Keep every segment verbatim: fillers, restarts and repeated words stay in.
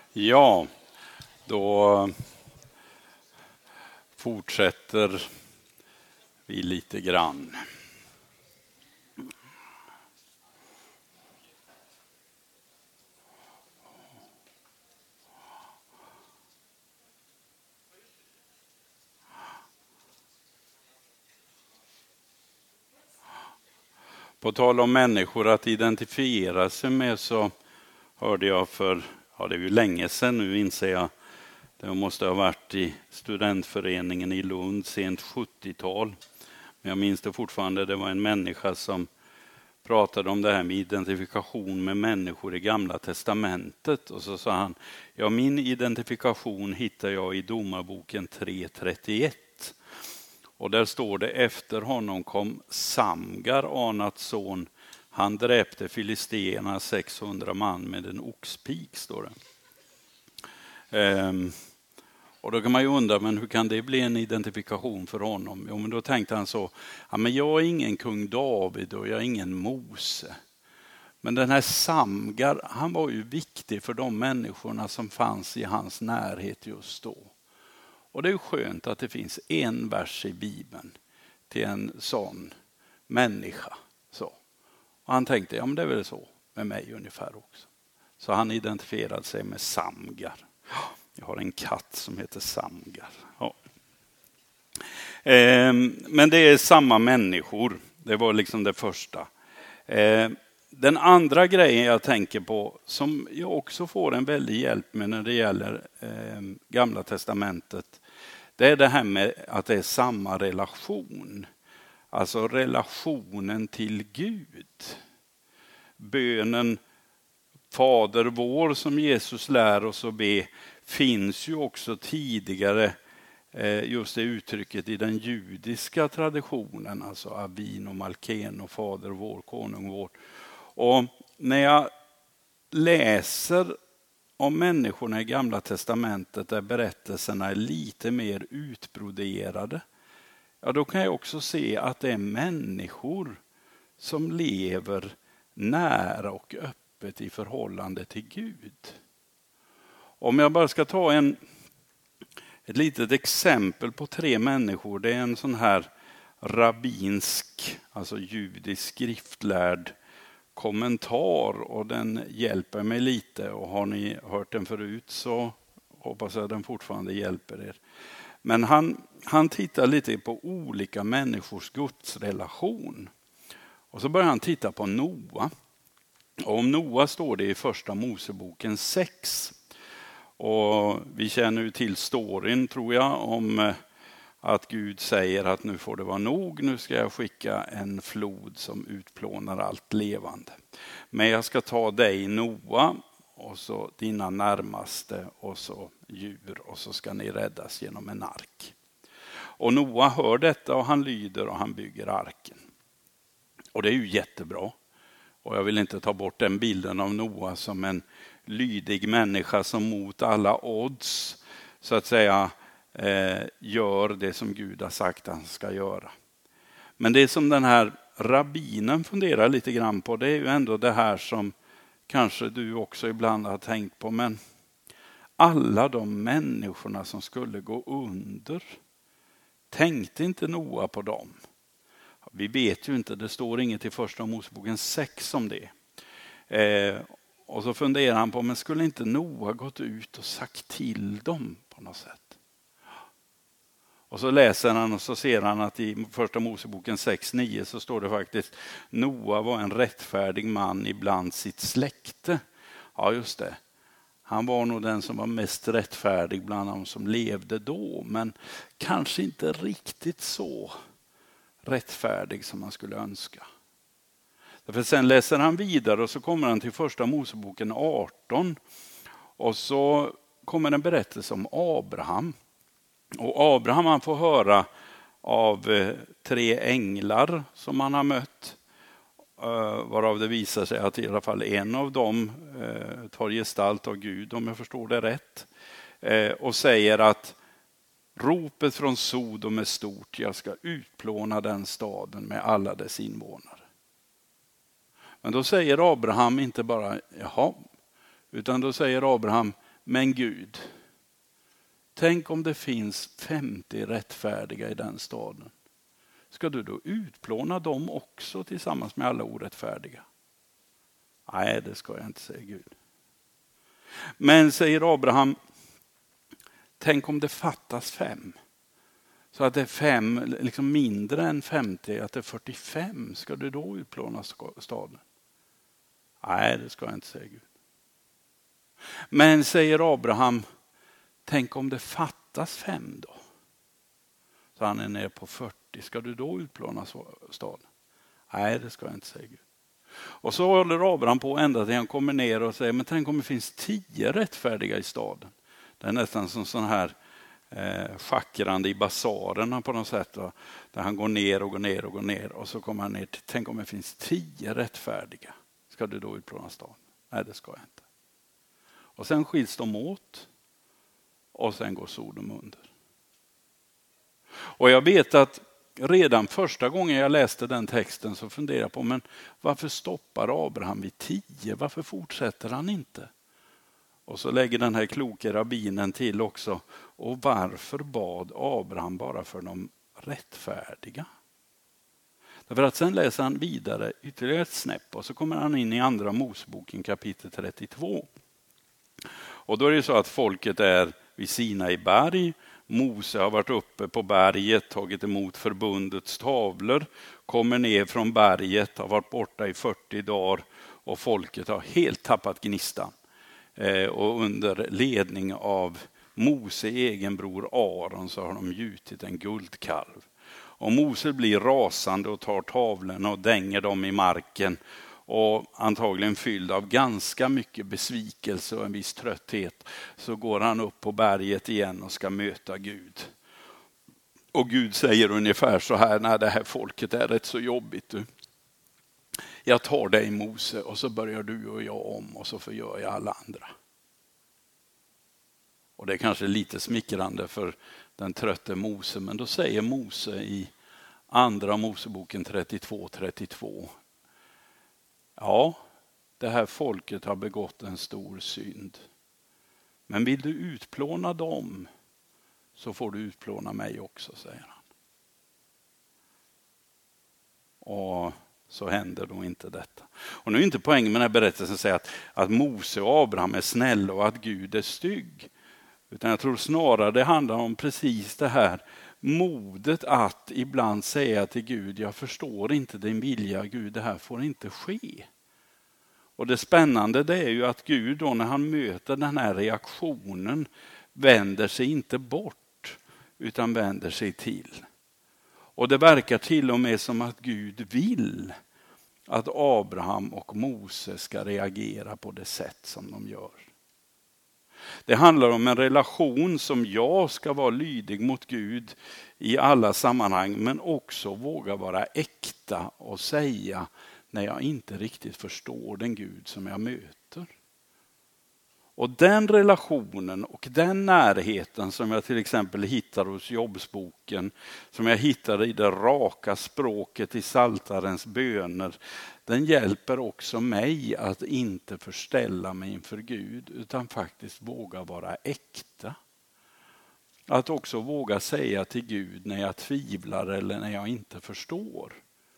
Ja, då fortsätter vi lite grann. På tal om människor att identifiera sig med, så hörde jag för, ja det är ju länge sedan nu inser jag, det måste ha varit i studentföreningen i Lund sent sjuttiotal. Men jag minns det fortfarande, det var en människa som pratade om det här med identifikation med människor i Gamla testamentet. Och så sa han, ja min identifikation hittar jag i Domarboken tre trettioett. Och där står det, efter honom kom Samgar, Anats son. Han dräpte filisterna sexhundra man med en oxpik, står det. Ehm, och då kan man ju undra, men hur kan det bli en identifikation för honom? Jo, men då tänkte han så, ja, men jag är ingen kung David och jag är ingen Mose. Men den här Samgar, han var ju viktig för de människorna som fanns i hans närhet just då. Och det är ju skönt att det finns en vers i Bibeln till en sån människa. Så. Och han tänkte, ja men det är väl så med mig ungefär också. Så han identifierade sig med Samgar. Jag har en katt som heter Samgar. Ja. Eh, men det är samma människor. Det var liksom det första. Eh, den andra grejen jag tänker på, som jag också får en väldig hjälp med när det gäller eh, Gamla testamentet, det är det här med att det är samma relation. Alltså relationen till Gud. Bönen Fader vår som Jesus lär oss att be finns ju också tidigare, just det uttrycket i den judiska traditionen, alltså Avino Malkeno, Fader vår, konung vår. Och när jag läser om människorna i Gamla testamentet där berättelserna är lite mer utbroderade, ja då kan jag också se att det är människor som lever nära och öppet i förhållande till Gud. Om jag bara ska ta en, ett litet exempel på tre människor, det är en sån här rabbinsk, alltså judisk skriftlärd kommentar, och den hjälper mig lite, och har ni hört den förut så hoppas jag den fortfarande hjälper er. Men han, han tittar lite på olika människors gudsrelation. Och så börjar han titta på Noa. Och om Noa står det i första Moseboken sex. Och vi känner ju till storyn, tror jag, om att Gud säger att nu får det vara nog, nu ska jag skicka en flod som utplånar allt levande. Men jag ska ta dig Noa och så dina närmaste och så djur, och så ska ni räddas genom en ark. Och Noa hör detta och han lyder och han bygger arken. Och det är ju jättebra. Och jag vill inte ta bort den bilden av Noa som en lydig människa som mot alla odds så att säga eh, gör det som Gud har sagt han ska göra. Men det som den här rabbinen funderar lite grann på, det är ju ändå det här som kanske du också ibland har tänkt på. Men alla de människorna som skulle gå under, tänkte inte Noa på dem? Vi vet ju inte, det står inget i första Moseboken sex om det. Eh, och så funderar han på, men skulle inte Noa gått ut och sagt till dem på något sätt? Och så läser han och så ser han att i första Moseboken sex nio så står det faktiskt, Noa var en rättfärdig man ibland sitt släkte. Ja just det, han var nog den som var mest rättfärdig bland de som levde då, men kanske inte riktigt så rättfärdig som man skulle önska. Därför sen läser han vidare och så kommer han till första Moseboken arton, och så kommer en berättelse om Abraham. Och Abraham han får höra av eh, tre änglar som han har mött, eh, varav det visar sig att i alla fall en av dem eh, tar gestalt av Gud, om jag förstår det rätt, eh, och säger att ropet från Sodom är stort, jag ska utplåna den staden med alla dess invånare. Men då säger Abraham inte bara jaha, utan då säger Abraham, men Gud, tänk om det finns femtio rättfärdiga i den staden. Ska du då utplåna dem också tillsammans med alla orättfärdiga? Nej, det ska jag inte, säga Gud. Men, säger Abraham, tänk om det fattas fem. Så att det är fem, liksom mindre än femtio, att det är fyrtiofem. Ska du då utplåna staden? Nej, det ska jag inte, säga Gud. Men, säger Abraham, tänk om det fattas fem då? Så han är nere på fyrtio. Ska du då utplåna staden? Nej, det ska jag inte, säga Gud. Och så håller Abraham på ända till han kommer ner och säger, men tänk om det finns tio rättfärdiga i staden. Det är nästan som sån här eh, schackrande i basarerna på något sätt. Va? Där han går ner och går ner och går ner. Och så kommer han ner till, tänk om det finns tio rättfärdiga. Ska du då utplåna staden? Nej, det ska jag inte. Och sen skiljs de åt. Och sen går Sodom under. Och jag vet att redan första gången jag läste den texten så funderade jag på, men varför stoppar Abraham vid tio? Varför fortsätter han inte? Och så lägger den här kloka rabbinen till också. Och varför bad Abraham bara för de rättfärdiga? Därför att sen läser han vidare ytterligare ett snäpp och så kommer han in i andra Moseboken kapitel trettiotvå. Och då är det så att folket är vid Sinai berg. Mose har varit uppe på berget, tagit emot förbundets tavlor, kommer ner från berget, har varit borta i fyrtio dagar och folket har helt tappat gnistan. Eh, och under ledning av Mose egen bror Aron så har de gjutit en guldkalv. Och Mose blir rasande och tar tavlorna och dänger dem i marken. Och antagligen fylld av ganska mycket besvikelse och en viss trötthet så går han upp på berget igen och ska möta Gud. Och Gud säger ungefär så här, när det här folket är rätt så jobbigt. Du. Jag tar dig Mose och så börjar du och jag om och så förgör jag alla andra. Och det är kanske lite smickrande för den trötte Mose, men då säger Mose i andra Moseboken trettiotvå trettiotvå. Ja, det här folket har begått en stor synd. Men vill du utplåna dem så får du utplåna mig också, säger han. Och så händer då inte detta. Och nu är inte poängen med den här berättelsen att säga att, att Mose och Abraham är snälla och att Gud är stygg. Utan jag tror snarare det handlar om precis det här modet att ibland säga till Gud, jag förstår inte din vilja Gud, det här får inte ske. Och det spännande det är ju att Gud då när han möter den här reaktionen vänder sig inte bort utan vänder sig till. Och det verkar till och med som att Gud vill att Abraham och Mose ska reagera på det sätt som de gör. Det handlar om en relation som jag ska vara lydig mot Gud i alla sammanhang, men också våga vara äkta och säga när jag inte riktigt förstår den Gud som jag möter. Och den relationen och den närheten som jag till exempel hittar hos Jobbsboken, som jag hittar i det raka språket i Saltarens böner, den hjälper också mig att inte förställa mig inför Gud utan faktiskt våga vara äkta. Att också våga säga till Gud när jag tvivlar eller när jag inte förstår.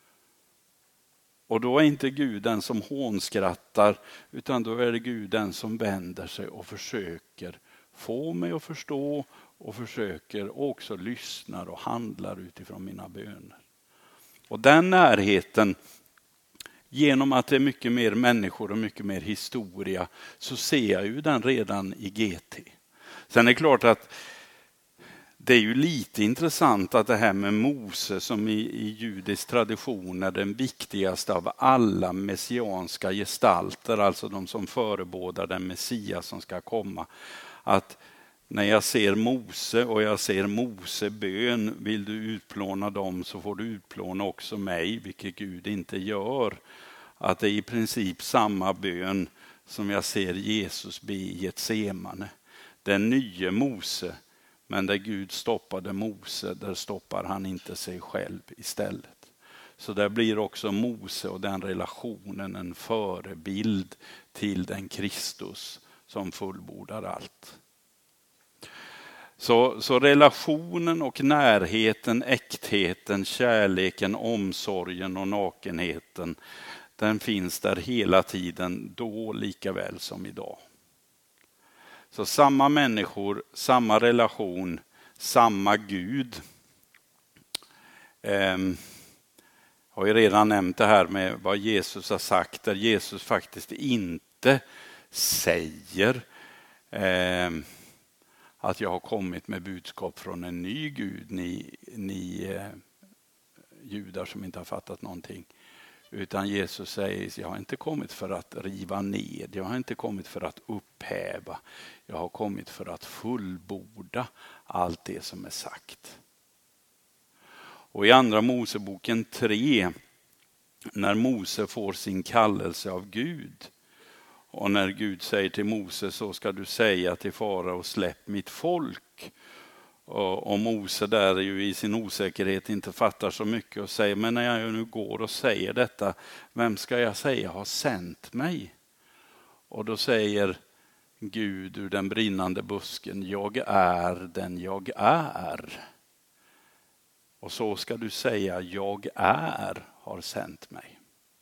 Och då är inte Gud den som hånskrattar utan då är det Gud den som vänder sig och försöker få mig att förstå och försöker och också lyssnar och handlar utifrån mina böner. Och den närheten, genom att det är mycket mer människor och mycket mer historia, så ser jag ju den redan i G T. Sen är det klart att det är ju lite intressant att det här med Mose som i, i judisk tradition är den viktigaste av alla messianska gestalter, alltså de som förebådar den Messias som ska komma. Att när jag ser Mose och jag ser Mose bön, vill du utplåna dem så får du utplåna också mig, vilket Gud inte gör. Att det är i princip samma bön som jag ser Jesus be i Getsemane. Den nya Mose. Men där Gud stoppade Mose, där stoppar han inte sig själv istället. Så där blir också Mose och den relationen en förebild till den Kristus som fullbordar allt. Så, så relationen och närheten, äktheten, kärleken, omsorgen och nakenheten, den finns där hela tiden, då lika väl som idag. Så samma människor, samma relation, samma Gud. Eh, har ju redan nämnt det här med vad Jesus har sagt, där Jesus faktiskt inte säger eh, att jag har kommit med budskap från en ny Gud, ni, ni eh, judar som inte har fattat någonting. Utan Jesus säger, jag har inte kommit för att riva ned, jag har inte kommit för att upphäva, jag har kommit för att fullborda allt det som är sagt. Och i andra Moseboken tre, när Mose får sin kallelse av Gud, och när Gud säger till Mose, så ska du säga till farao, släpp mitt folk. Och, och Mose där är ju i sin osäkerhet inte fattar så mycket och säger, men när jag nu går och säger detta, vem ska jag säga har sänt mig? Och då säger Gud ur den brinnande busken, jag är den jag är. Och så ska du säga, jag är har sänt mig.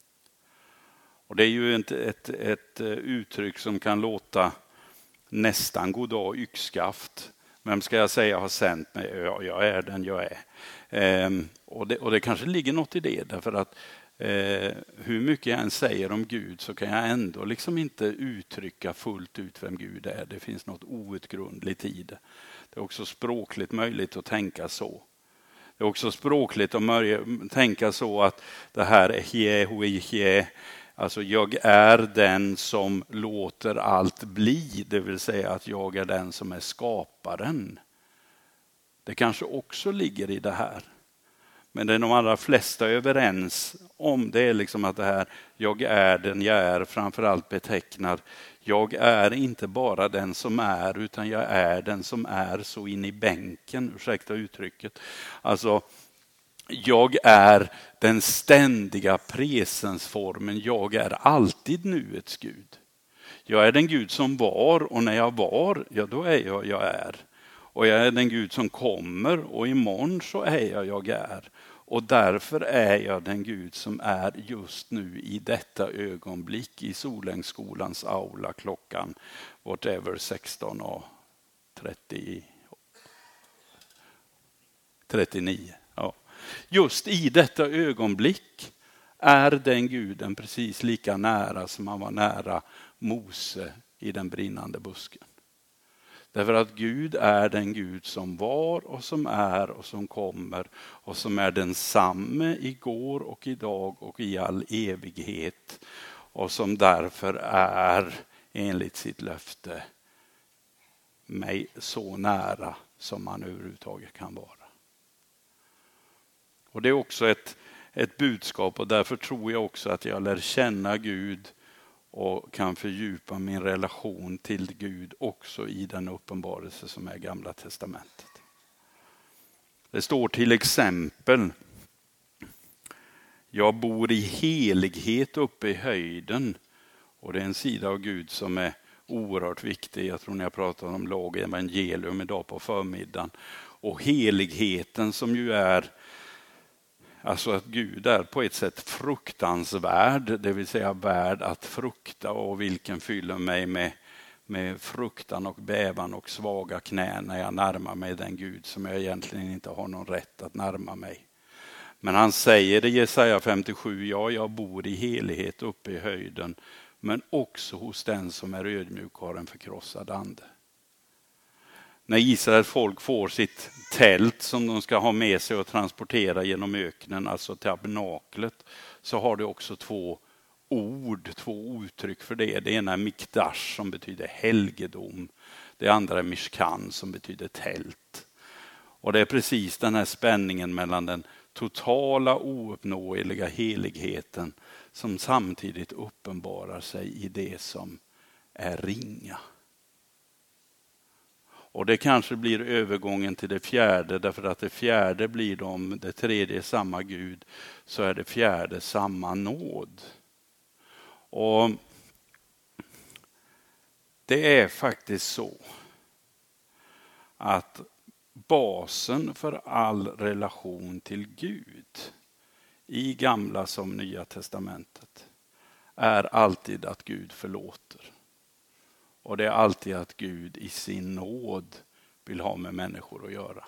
Och det är ju ett, ett, ett uttryck som kan låta nästan goddag yxskaft. Vem ska jag säga har sänt mig? Ja, jag är den jag är. Ehm, och, det, och det kanske ligger något i det. Därför att eh, hur mycket jag än säger om Gud så kan jag ändå liksom inte uttrycka fullt ut vem Gud är. Det finns något outgrundligt i det. Det är också språkligt möjligt att tänka så. Det är också språkligt att mörja, tänka så att det här är hie, hui, hie. Alltså jag är den som låter allt bli, det vill säga att jag är den som är skaparen. Det kanske också ligger i det här. Men det är de allra flesta överens om, det är liksom att det här, jag är den jag är, framförallt betecknar, jag är inte bara den som är, utan jag är den som är så in i bänken, ursäkta uttrycket. Alltså, jag är den ständiga presensformen, jag är alltid nuets Gud. Jag är den Gud som var, och när jag var, ja då är jag jag är. Och jag är den Gud som kommer, och imorgon så är jag jag är. Och därför är jag den Gud som är just nu i detta ögonblick i Solängsskolans aula klockan whatever sexton och trettio, trettionio. Ja. Just i detta ögonblick är den Guden precis lika nära som han var nära Mose i den brinnande busken. Därför att Gud är den Gud som var och som är och som kommer och som är densamme igår och idag och i all evighet och som därför är enligt sitt löfte mig så nära som man överhuvudtaget kan vara. Och det är också ett, ett budskap, och därför tror jag också att jag lär känna Gud och kan fördjupa min relation till Gud också i den uppenbarelse som är Gamla testamentet. Det står till exempel, jag bor i helighet uppe i höjden, och det är en sida av Gud som är oerhört viktig. Jag tror ni har pratat om lag och evangelium idag på förmiddagen. Och heligheten som ju är, alltså att Gud är på ett sätt fruktansvärd, det vill säga värd att frukta, och vilken fyller mig med, med fruktan och bävan och svaga knän när jag närmar mig den Gud som jag egentligen inte har någon rätt att närma mig. Men han säger i Jesaja femtiosju, ja jag bor i helighet uppe i höjden, men också hos den som är ödmjuk och har en förkrossad ande. När Israels folk får sitt tält som de ska ha med sig och transportera genom öknen, alltså tabernaklet, så har det också två ord, två uttryck för det. Det ena är mikdash som betyder helgedom. Det andra är mishkan som betyder tält. Och det är precis den här spänningen mellan den totala ouppnåeliga heligheten som samtidigt uppenbarar sig i det som är ringa. Och det kanske blir övergången till det fjärde, därför att det fjärde blir de, det tredje samma Gud, så är det fjärde samma nåd. Och det är faktiskt så att basen för all relation till Gud i Gamla som Nya testamentet är alltid att Gud förlåter. Och det är alltid att Gud i sin nåd vill ha med människor att göra.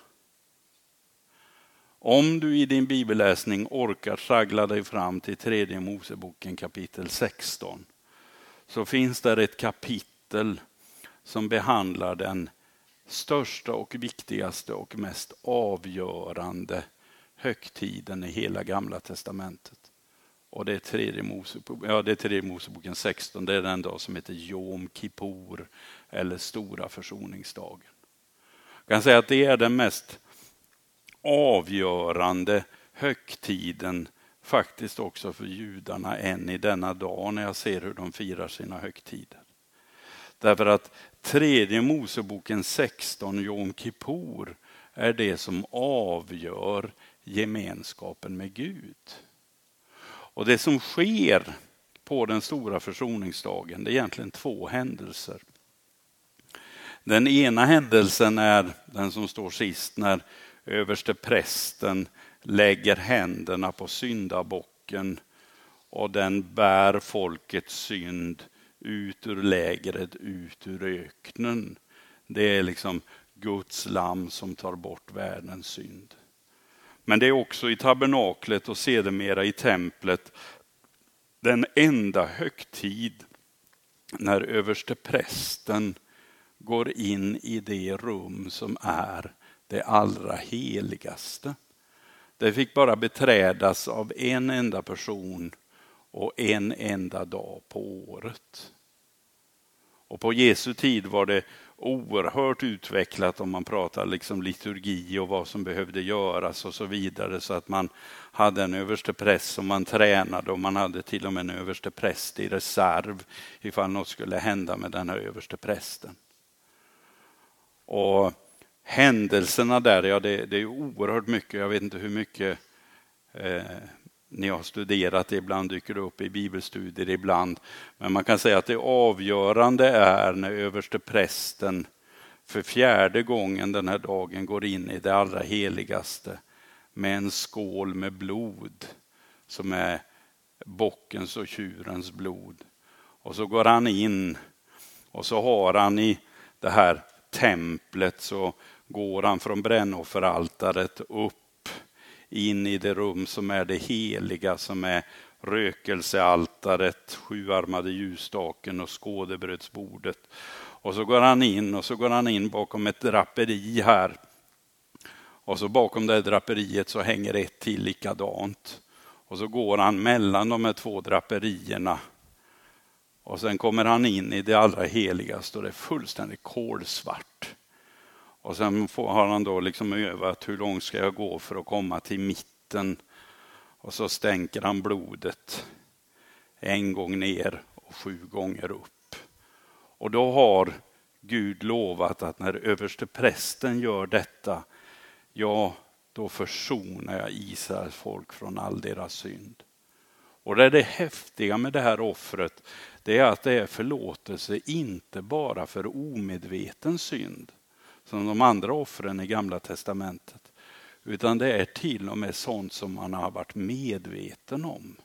Om du i din bibelläsning orkar traggla dig fram till tredje Moseboken kapitel sexton, så finns där ett kapitel som behandlar den största och viktigaste och mest avgörande högtiden i hela Gamla testamentet. Och det är tredje Moseboken, ja, det är tredje Moseboken sexton, det är den dag som heter Jom Kippur eller stora försoningsdagen. Jag kan säga att det är den mest avgörande högtiden faktiskt också för judarna än i denna dag när jag ser hur de firar sina högtider. Därför att tredje Moseboken sexton, Jom Kippur, är det som avgör gemenskapen med Gud. Och det som sker på den stora försoningsdagen, det är egentligen två händelser. Den ena händelsen är den som står sist när överste prästen lägger händerna på syndabocken och den bär folkets synd ut ur lägret, ut ur öknen. Det är liksom Guds lamm som tar bort världens synd. Men det är också i tabernaklet och sedermera i templet den enda högtid när överste prästen går in i det rum som är det allra heligaste. Det fick bara beträdas av en enda person och en enda dag på året. Och på Jesu tid var det oerhört utvecklat om man pratar liksom liturgi och vad som behövde göras och så vidare, så att man hade en överste präst som man tränade och man hade till och med en överste präst i reserv ifall något skulle hända med den här överste prästen. Och händelserna där, ja det, det är oerhört mycket, jag vet inte hur mycket eh, ni har studerat, det ibland dyker det upp i bibelstudier ibland. Men man kan säga att det avgörande är när överste prästen för fjärde gången den här dagen går in i det allra heligaste med en skål med blod som är bockens och tjurens blod. Och så går han in och så har han i det här templet, så går han från brännofferaltaret upp in i det rum som är det heliga, som är rökelsealtaret, sjuarmade ljusstaken och skådebrödsbordet. Och så går han in och så går han in bakom ett draperi här. Och så bakom det draperiet så hänger ett till likadant. Och så går han mellan de här två draperierna. Och sen kommer han in i det allra heligaste och det är fullständigt kolsvart. Och sen får, har han då liksom övat hur långt ska jag gå för att komma till mitten. Och så stänker han blodet en gång ner och sju gånger upp. Och då har Gud lovat att när överste prästen gör detta, ja då försonar jag Israels folk från all deras synd. Och det är det häftiga med det här offret, det är att det är förlåtelse inte bara för omedveten synd som de andra offren i Gamla testamentet, utan det är till och med sånt som man har varit medveten om.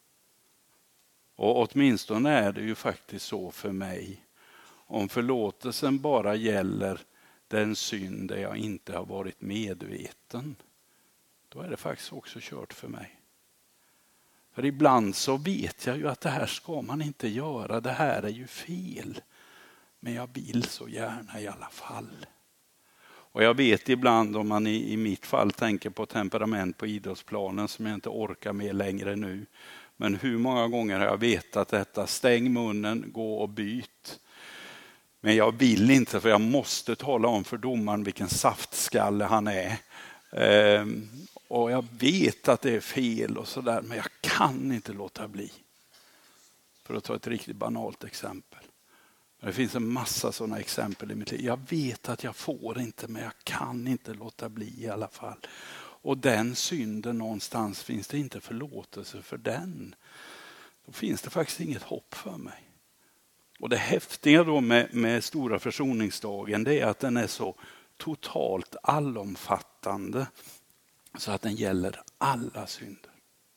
Och åtminstone är det ju faktiskt så för mig. Om förlåtelsen bara gäller den synd där jag inte har varit medveten, då är det faktiskt också kört för mig. För ibland så vet jag ju att det här ska man inte göra, det här är ju fel. Men jag vill så gärna i alla fall. Och jag vet ibland, om man i, i mitt fall tänker på temperament på idrottsplanen som jag inte orkar med längre nu. Men hur många gånger har jag vetat detta, stäng munnen, gå och byt. Men jag vill inte, för jag måste tala om för domaren vilken saftskalle han är. Ehm, och jag vet att det är fel och sådär, men jag kan inte låta bli. För att ta ett riktigt banalt exempel. Det finns en massa sådana exempel i mitt liv. Jag vet att jag får inte, men jag kan inte låta bli i alla fall. Och den synden någonstans, finns det inte förlåtelse för den, då finns det faktiskt inget hopp för mig. Och det häftiga då med, med stora försoningsdagen, det är att den är så totalt allomfattande så att den gäller alla synder.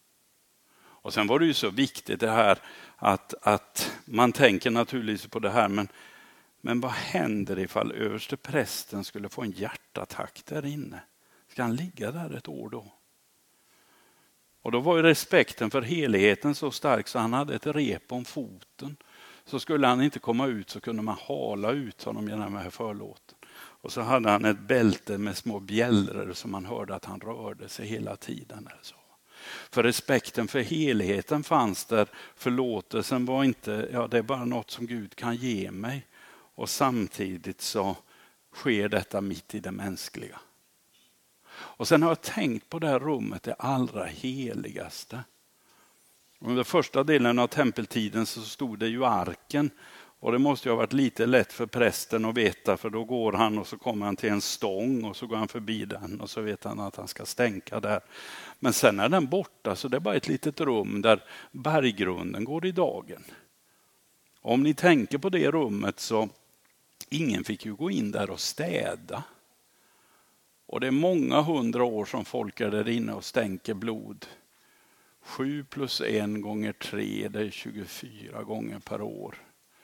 Och sen var det ju så viktigt det här att, att man tänker naturligtvis på det här, men, men vad händer ifall överste prästen skulle få en hjärtattack där inne? Ska han ligga där ett år då? Och då var ju respekten för heligheten så stark så han hade ett rep om foten. Så skulle han inte komma ut så kunde man hala ut honom genom den här förlåten. Och så hade han ett bälte med små bjällror som man hörde att han rörde sig hela tiden. Eller så. För respekten för heligheten fanns där. Förlåtelsen var inte, ja det är bara något som Gud kan ge mig. Och samtidigt så sker detta mitt i det mänskliga. Och sen har jag tänkt på det här rummet, det allra heligaste. Under första delen av tempeltiden så stod det ju arken. Och det måste ju ha varit lite lätt för prästen att veta, för då går han och så kommer han till en stång och så går han förbi den och så vet han att han ska stänka där. Men sen är den borta så det är bara ett litet rum där berggrunden går i dagen. Om ni tänker på det rummet så ingen fick ju gå in där och städa. Och det är många hundra år som folk är där inne och stänker blod. Sju plus en gånger tre, det är tjugofyra gånger per år.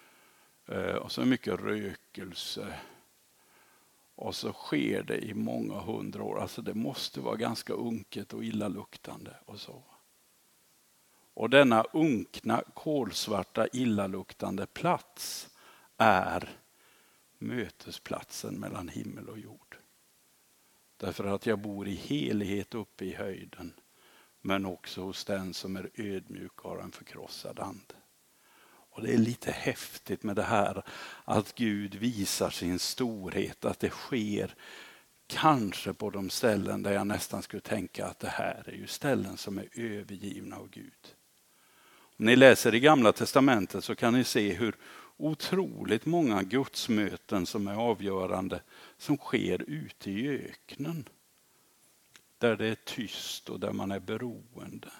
Och så mycket rökelse. Och så sker det i många hundra år. Alltså det måste vara ganska unket och illaluktande och så. Och denna unkna, kolsvarta, illaluktande plats är mötesplatsen mellan himmel och jord. Därför att jag bor i helighet uppe i höjden. Men också hos den som är ödmjuk och har en förkrossad ande. Och det är lite häftigt med det här att Gud visar sin storhet. Att det sker kanske på de ställen där jag nästan skulle tänka att det här är ju ställen som är övergivna av Gud. Om ni läser i Gamla testamentet så kan ni se hur otroligt många gudsmöten som är avgörande som sker ute i öknen. Där det är tyst och där man är beroende.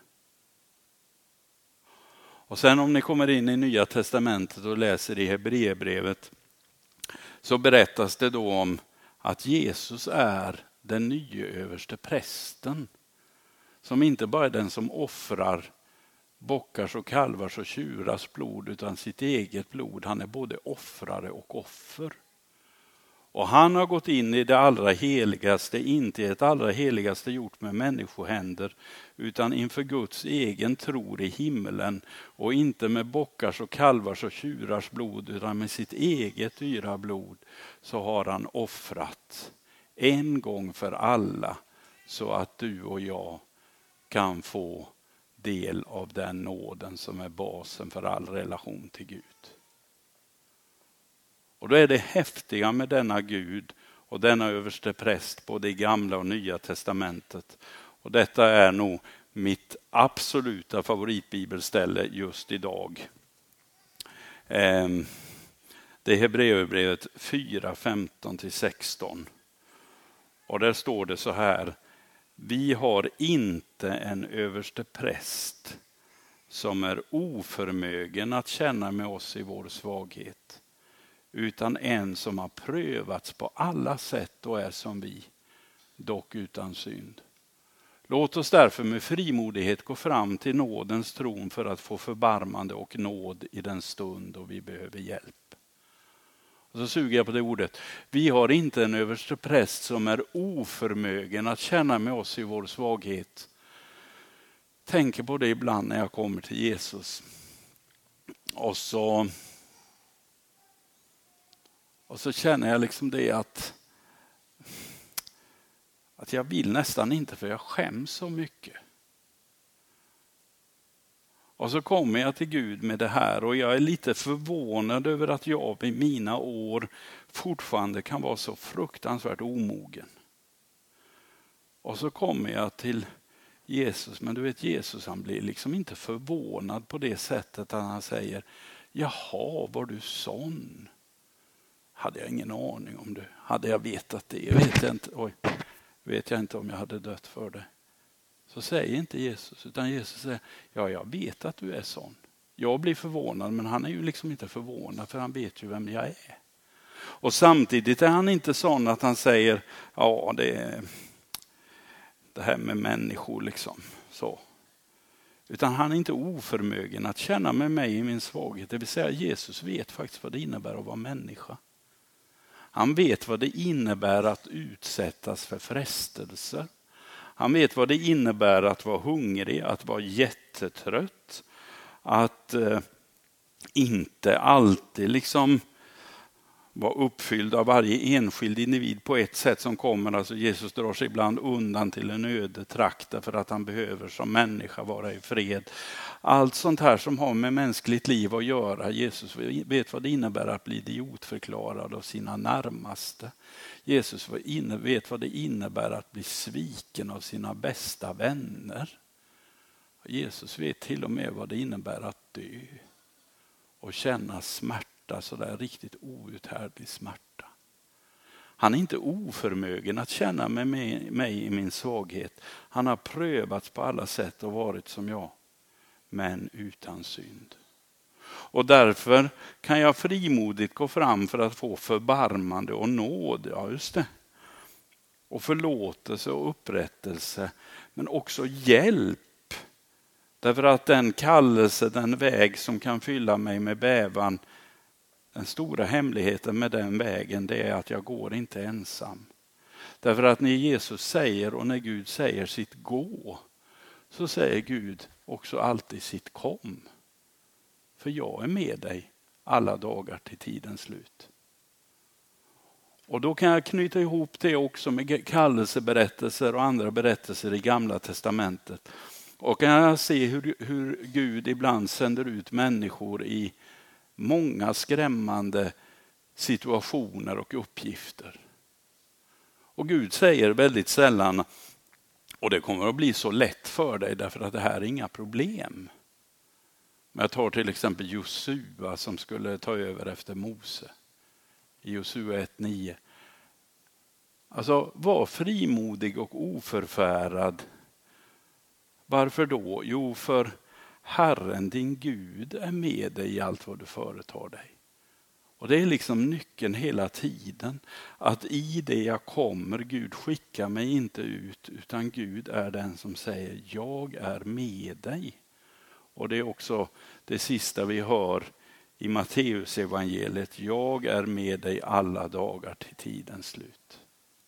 Och sen om ni kommer in i Nya testamentet och läser i Hebreerbrevet så berättas det då om att Jesus är den nya överste prästen. Som inte bara är den som offrar bockars och kalvars och tjurars blod utan sitt eget blod. Han är både offrare och offer. Och han har gått in i det allra heligaste, inte ett allra heligaste gjort med människohänder, utan inför Guds egen tro i himmelen och inte med bockars och kalvars och tjurars blod utan med sitt eget dyra blod så har han offrat en gång för alla så att du och jag kan få del av den nåden som är basen för all relation till Gud. Och då är det häftiga med denna Gud och denna överste präst både i Gamla och Nya testamentet. Och detta är nog mitt absoluta favoritbibelställe just idag. Det är Hebreerbrevet fyra, femton till sexton. Och där står det så här: vi har inte en överste präst som är oförmögen att känna med oss i vår svaghet, utan en som har prövats på alla sätt och är som vi, dock utan synd. Låt oss därför med frimodighet gå fram till nådens tron för att få förbarmande och nåd i den stund då vi behöver hjälp. Och så suger jag på det ordet. Vi har inte en överste präst som är oförmögen att känna med oss i vår svaghet. Tänker på det ibland när jag kommer till Jesus. Och så, och så känner jag liksom det att, att jag vill nästan inte för jag skäms så mycket. Och så kommer jag till Gud med det här och jag är lite förvånad över att jag i mina år fortfarande kan vara så fruktansvärt omogen. Och så kommer jag till Jesus, men du vet Jesus han blir liksom inte förvånad på det sättet att han säger: jaha, var du sån? Hade jag ingen aning om det. Hade jag vetat det, vet jag inte, oj, vet jag inte om jag hade dött för det. Så säger inte Jesus, utan Jesus säger: ja, jag vet att du är sån. Jag blir förvånad, men han är ju liksom inte förvånad för han vet ju vem jag är. Och samtidigt är han inte sån att han säger, ja det är det här med människor liksom så. Utan han är inte oförmögen att känna med mig i min svaghet. Det vill säga Jesus vet faktiskt vad det innebär att vara människa. Han vet vad det innebär att utsättas för frestelser. Han vet vad det innebär att vara hungrig, att vara jättetrött. Att eh, inte alltid liksom vara uppfylld av varje enskild individ på ett sätt som kommer. Alltså Jesus drar sig ibland undan till en öde trakt för att han behöver som människa vara i fred. Allt sånt här som har med mänskligt liv att göra. Jesus vet vad det innebär att bli idiotförklarad av sina närmaste. Jesus vet vad det innebär att bli sviken av sina bästa vänner. Jesus vet till och med vad det innebär att dö och känna smärta, så där riktigt outhärdlig smärta. Han är inte oförmögen att känna med mig, mig i min svaghet. Han har prövats på alla sätt och varit som jag, men utan synd. Och därför kan jag frimodigt gå fram för att få förbarmande och nåd, ja just det. Och förlåtelse och upprättelse, men också hjälp. Därför att den kallelse, den väg som kan fylla mig med bävan, den stora hemligheten med den vägen, det är att jag går inte ensam. Därför att när Jesus säger och när Gud säger sitt gå, så säger Gud också alltid sitt kom. För jag är med dig alla dagar till tidens slut. Och då kan jag knyta ihop det också med kallelseberättelser och andra berättelser i Gamla testamentet. Och kan jag se hur, hur Gud ibland sänder ut människor i många skrämmande situationer och uppgifter. Och Gud säger väldigt sällan, och det kommer att bli så lätt för dig därför att det här är inga problem. Men jag tar till exempel Josua som skulle ta över efter Mose. I Josua ett nio. Alltså var frimodig och oförfärad. Varför då? Jo, för Herren din Gud är med dig i allt vad du företar dig. Och det är liksom nyckeln hela tiden. Att i det jag kommer, Gud skickar mig inte ut, utan Gud är den som säger jag är med dig. Och det är också det sista vi hör i Matteus evangeliet. Jag är med dig alla dagar till tidens slut.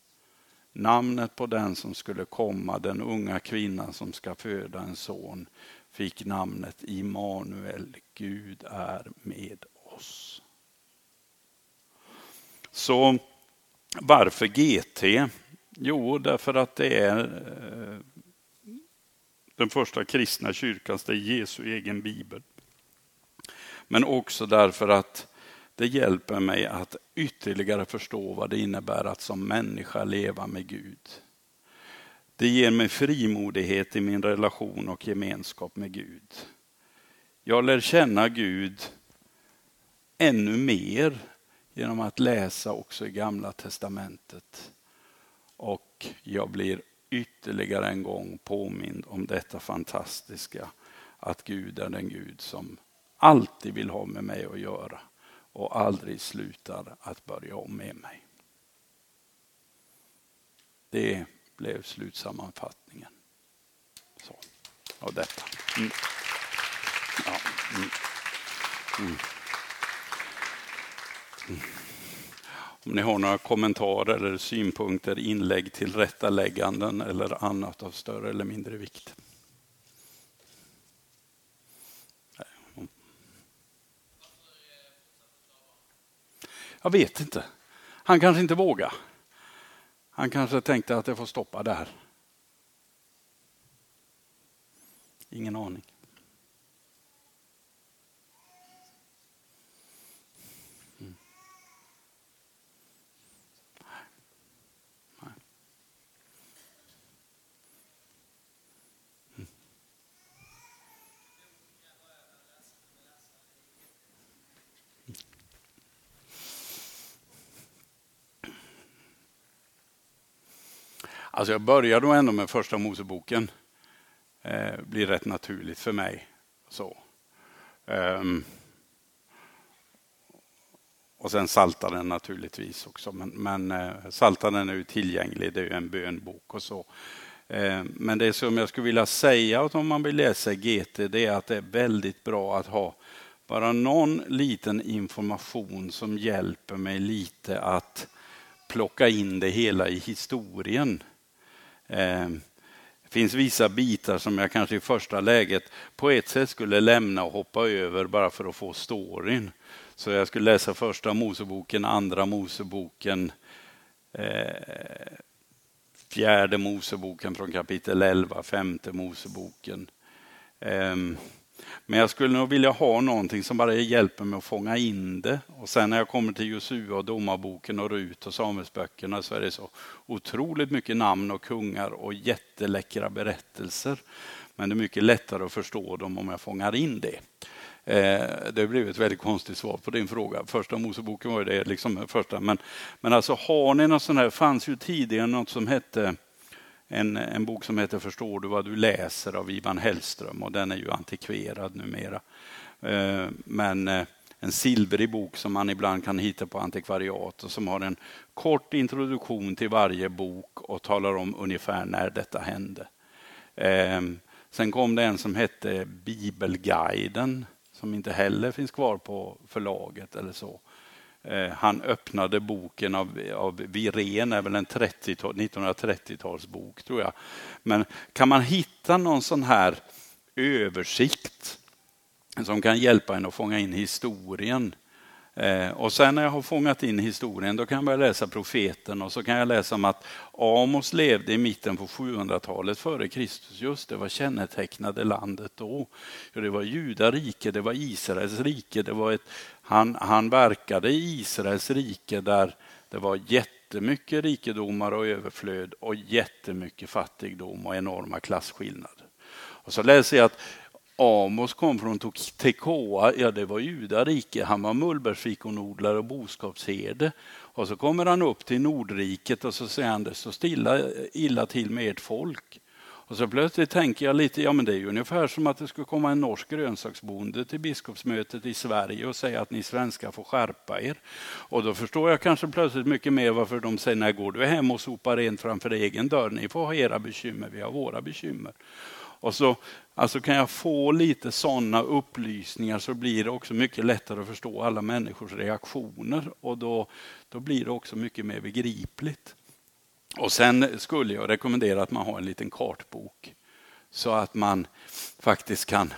Namnet på den som skulle komma, den unga kvinnan som ska föda en son, fick namnet Immanuel. Gud är med oss. Så varför G T? Jo, därför att det är den första kristna kyrkans, det är Jesu egen bibel. Men också därför att det hjälper mig att ytterligare förstå vad det innebär att som människa leva med Gud. Det ger mig frimodighet i min relation och gemenskap med Gud. Jag lär känna Gud ännu mer genom att läsa också i Gamla testamentet. Och jag blir ytterligare en gång påmind om detta fantastiska, att Gud är den Gud som alltid vill ha med mig att göra och aldrig slutar att börja om med mig. Det blev slutsammanfattningen så, av detta. Mm. Ja. Mm. Mm. Mm. Om ni har några kommentarer eller synpunkter, inlägg till rättalägganden eller annat av större eller mindre vikt. Jag vet inte. Han kanske inte vågar. Han kanske tänkte att det får stoppa där. Ingen aning. Mm. Nej. Mm. Alltså jag börjar då ändå med första Moseboken. Eh, blir rätt naturligt för mig. Så. Um, och sen Saltaren naturligtvis också. Men, men uh, Saltaren är ju tillgänglig, det är ju en bönbok och så. Uh, men det som jag skulle vilja säga att om man vill läsa G T, det är att det är väldigt bra att ha bara någon liten information som hjälper mig lite att plocka in det hela i historien. Eh, det finns vissa bitar som jag kanske i första läget på ett sätt skulle lämna och hoppa över bara för att få storyn. Så jag skulle läsa första Moseboken, andra Moseboken, eh, fjärde Moseboken från kapitel elva, femte Moseboken. Eh, Men jag skulle nog vilja ha någonting som bara hjälper mig att fånga in det. Och sen när jag kommer till Josua och Domarboken och Rut och Samuelsböckerna så är det så otroligt mycket namn och kungar och jätteläckra berättelser. Men det är mycket lättare att förstå dem om jag fångar in det. Eh, det blev ett väldigt konstigt svar på din fråga. Första Moseboken var ju det liksom första. Men, men alltså har ni något sånt här, fanns ju tidigare något som hette En, en bok som heter Förstår du vad du läser av Ivan Hellström, och den är ju antikverad numera. Eh, men eh, en silvrig bok som man ibland kan hitta på antikvariat och som har en kort introduktion till varje bok och talar om ungefär när detta hände. Eh, sen kom det en som hette Bibelguiden som inte heller finns kvar på förlaget eller så. Han öppnade boken av, av Viren, är väl en nittonhundratrettiotalsbok tror jag. Men kan man hitta någon sån här översikt som kan hjälpa en att fånga in historien? Eh, och sen när jag har fångat in historien, då kan jag börja läsa profeten, och så kan jag läsa om att Amos levde i mitten på sjuhundratalet före Kristus. Just det, var kännetecknade landet då. Ja, det var Judarike, det var Israels rike, det var ett, han, han verkade i Israels rike där det var jättemycket rikedomar och överflöd och jättemycket fattigdom och enorma klasskillnader. Och så läser jag att Amos kom från Tekoa, ja det var Judarike, han var mullbärsfikonodlare och boskapsherde. Och så kommer han upp till Nordriket och så säger han det så stilla illa till med ert folk. Och så plötsligt tänker jag lite, ja men det är ju ungefär som att det skulle komma en norsk grönsaksbonde till biskopsmötet i Sverige och säga att ni svenskar får skärpa er. Och då förstår jag kanske plötsligt mycket mer varför de säger, när går du hem och sopar rent framför egen dörr, ni får ha era bekymmer, vi har våra bekymmer. Och så alltså kan jag få lite sådana upplysningar, så blir det också mycket lättare att förstå alla människors reaktioner, och då, då blir det också mycket mer begripligt. Och sen skulle jag rekommendera att man har en liten kartbok så att man faktiskt kan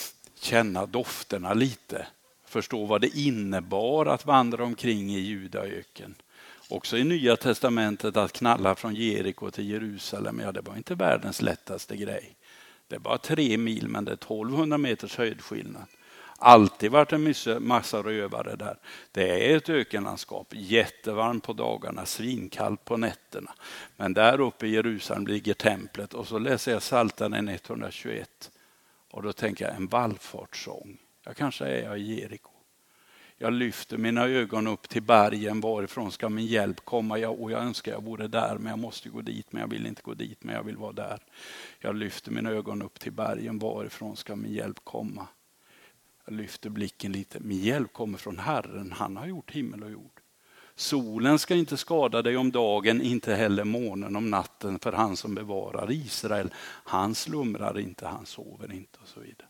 känna dofterna lite, förstå vad det innebar att vandra omkring i Judaöken. Också i Nya testamentet att knalla från Jeriko till Jerusalem, ja det var inte världens lättaste grej. Det är bara tre mil, men det är tolvhundra meters höjdskillnad. Alltid varit en massa rövare där. Det är ett ökenlandskap, jättevarmt på dagarna, svinkallt på nätterna. Men där uppe i Jerusalem ligger templet, och så läser jag Psaltaren etthundratjugoett. Och då tänker jag en vallfartssång. Jag kanske är i Jeriko. Jag lyfter mina ögon upp till bergen, varifrån ska min hjälp komma? Jag, och jag önskar jag vore där, men jag måste gå dit, men jag vill inte gå dit, men jag vill vara där. Jag lyfter mina ögon upp till bergen, varifrån ska min hjälp komma? Jag lyfter blicken lite, min hjälp kommer från Herren, han har gjort himmel och jord. Solen ska inte skada dig om dagen, inte heller månen om natten, för han som bevarar Israel, han slumrar inte, han sover inte och så vidare.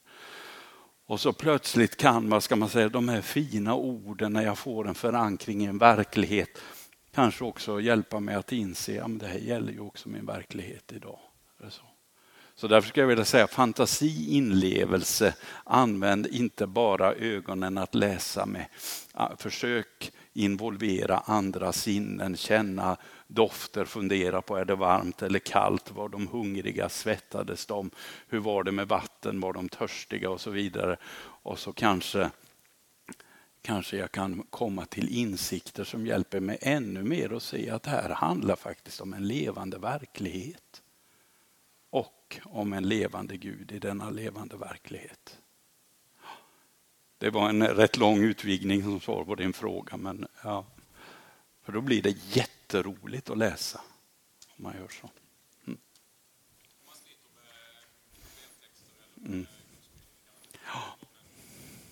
Och så plötsligt kan, vad ska man säga, de här fina orden, när jag får en förankring i en verklighet, kanske också hjälpa mig att inse att det här gäller ju också min verklighet idag. Så. så därför ska jag vilja säga fantasi, inlevelse, använd inte bara ögonen att läsa med. Försök involvera andra sinnen, känna dofter, fundera på är det varmt eller kallt, var de hungriga, svettades de, hur var det med vatten, var de törstiga och så vidare. Och så kanske, kanske jag kan komma till insikter som hjälper mig ännu mer att se att det här handlar faktiskt om en levande verklighet och om en levande Gud i denna levande verklighet. Det var en rätt lång utvidgning som svar på din fråga, men ja, för då blir det jätteroligt att läsa om man gör så. Mm. Mm. Ja.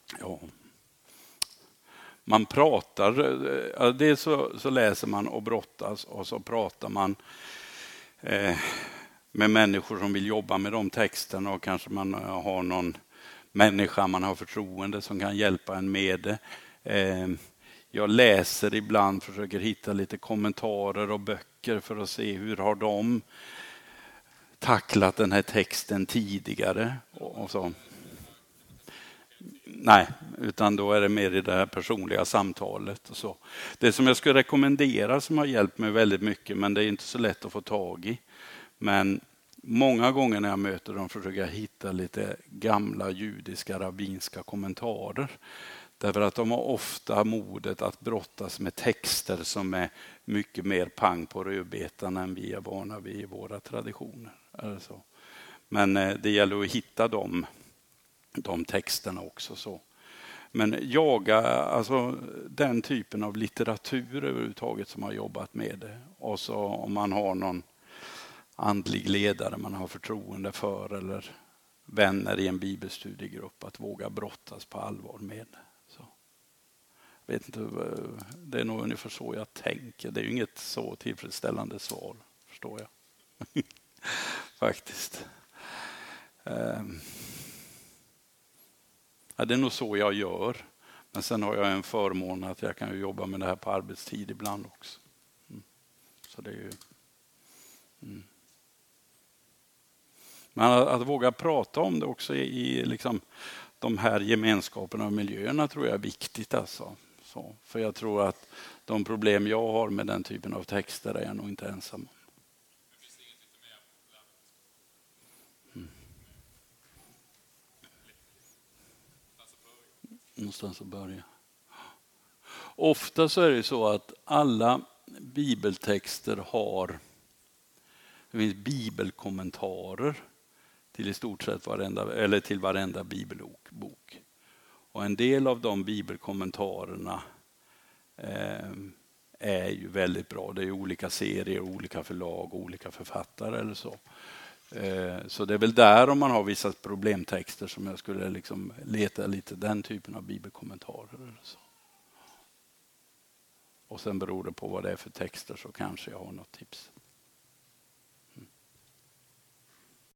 Ja. Man pratar, dels så, så läser man och brottas och så pratar man eh, med människor som vill jobba med de texterna och kanske man har någon människa man har förtroende som kan hjälpa en med det. Eh, jag läser ibland, försöker hitta lite kommentarer och böcker för att se hur har de tacklat den här texten tidigare och, och så. Nej, utan då är det mer i det här personliga samtalet och så. Det som jag skulle rekommendera som har hjälpt mig väldigt mycket, men det är inte så lätt att få tag i. Men många gånger när jag möter dem försöker jag hitta lite gamla judiska rabbinska kommentarer. Därför att de har ofta modet att brottas med texter som är mycket mer pang på rödbetan än vi är vana vid i våra traditioner. Eller så. Men det gäller att hitta dem. De texterna också så. Men jaga alltså den typen av litteratur överhuvudtaget som har jobbat med det. Och så om man har någon andlig ledare man har förtroende för eller vänner i en bibelstudiegrupp att våga brottas på allvar med det. Så. Jag vet inte, det är nog ungefär så jag tänker. Det är ju inget så tillfredsställande svar, förstår jag. Faktiskt. Um. Ja, det är nog så jag gör. Men sen har jag en förmån att jag kan jobba med det här på arbetstid ibland också. Mm. Så det är ju... Mm. Men att, att våga prata om det också i liksom, de här gemenskaperna och miljöerna tror jag är viktigt. Alltså. Så, för jag tror att de problem jag har med den typen av texter är jag nog inte ensam. Någonstans att börja. Ofta så är det så att alla bibeltexter har det finns bibelkommentarer till i stort sett varenda, eller till varenda bibelbok. Och en del av de bibelkommentarerna eh, är ju väldigt bra. Det är olika serier, olika förlag, olika författare eller så. Så det är väl där om man har vissa problemtexter som jag skulle liksom leta lite den typen av bibelkommentarer. Eller så. Och sen beror det på vad det är för texter så kanske jag har något tips.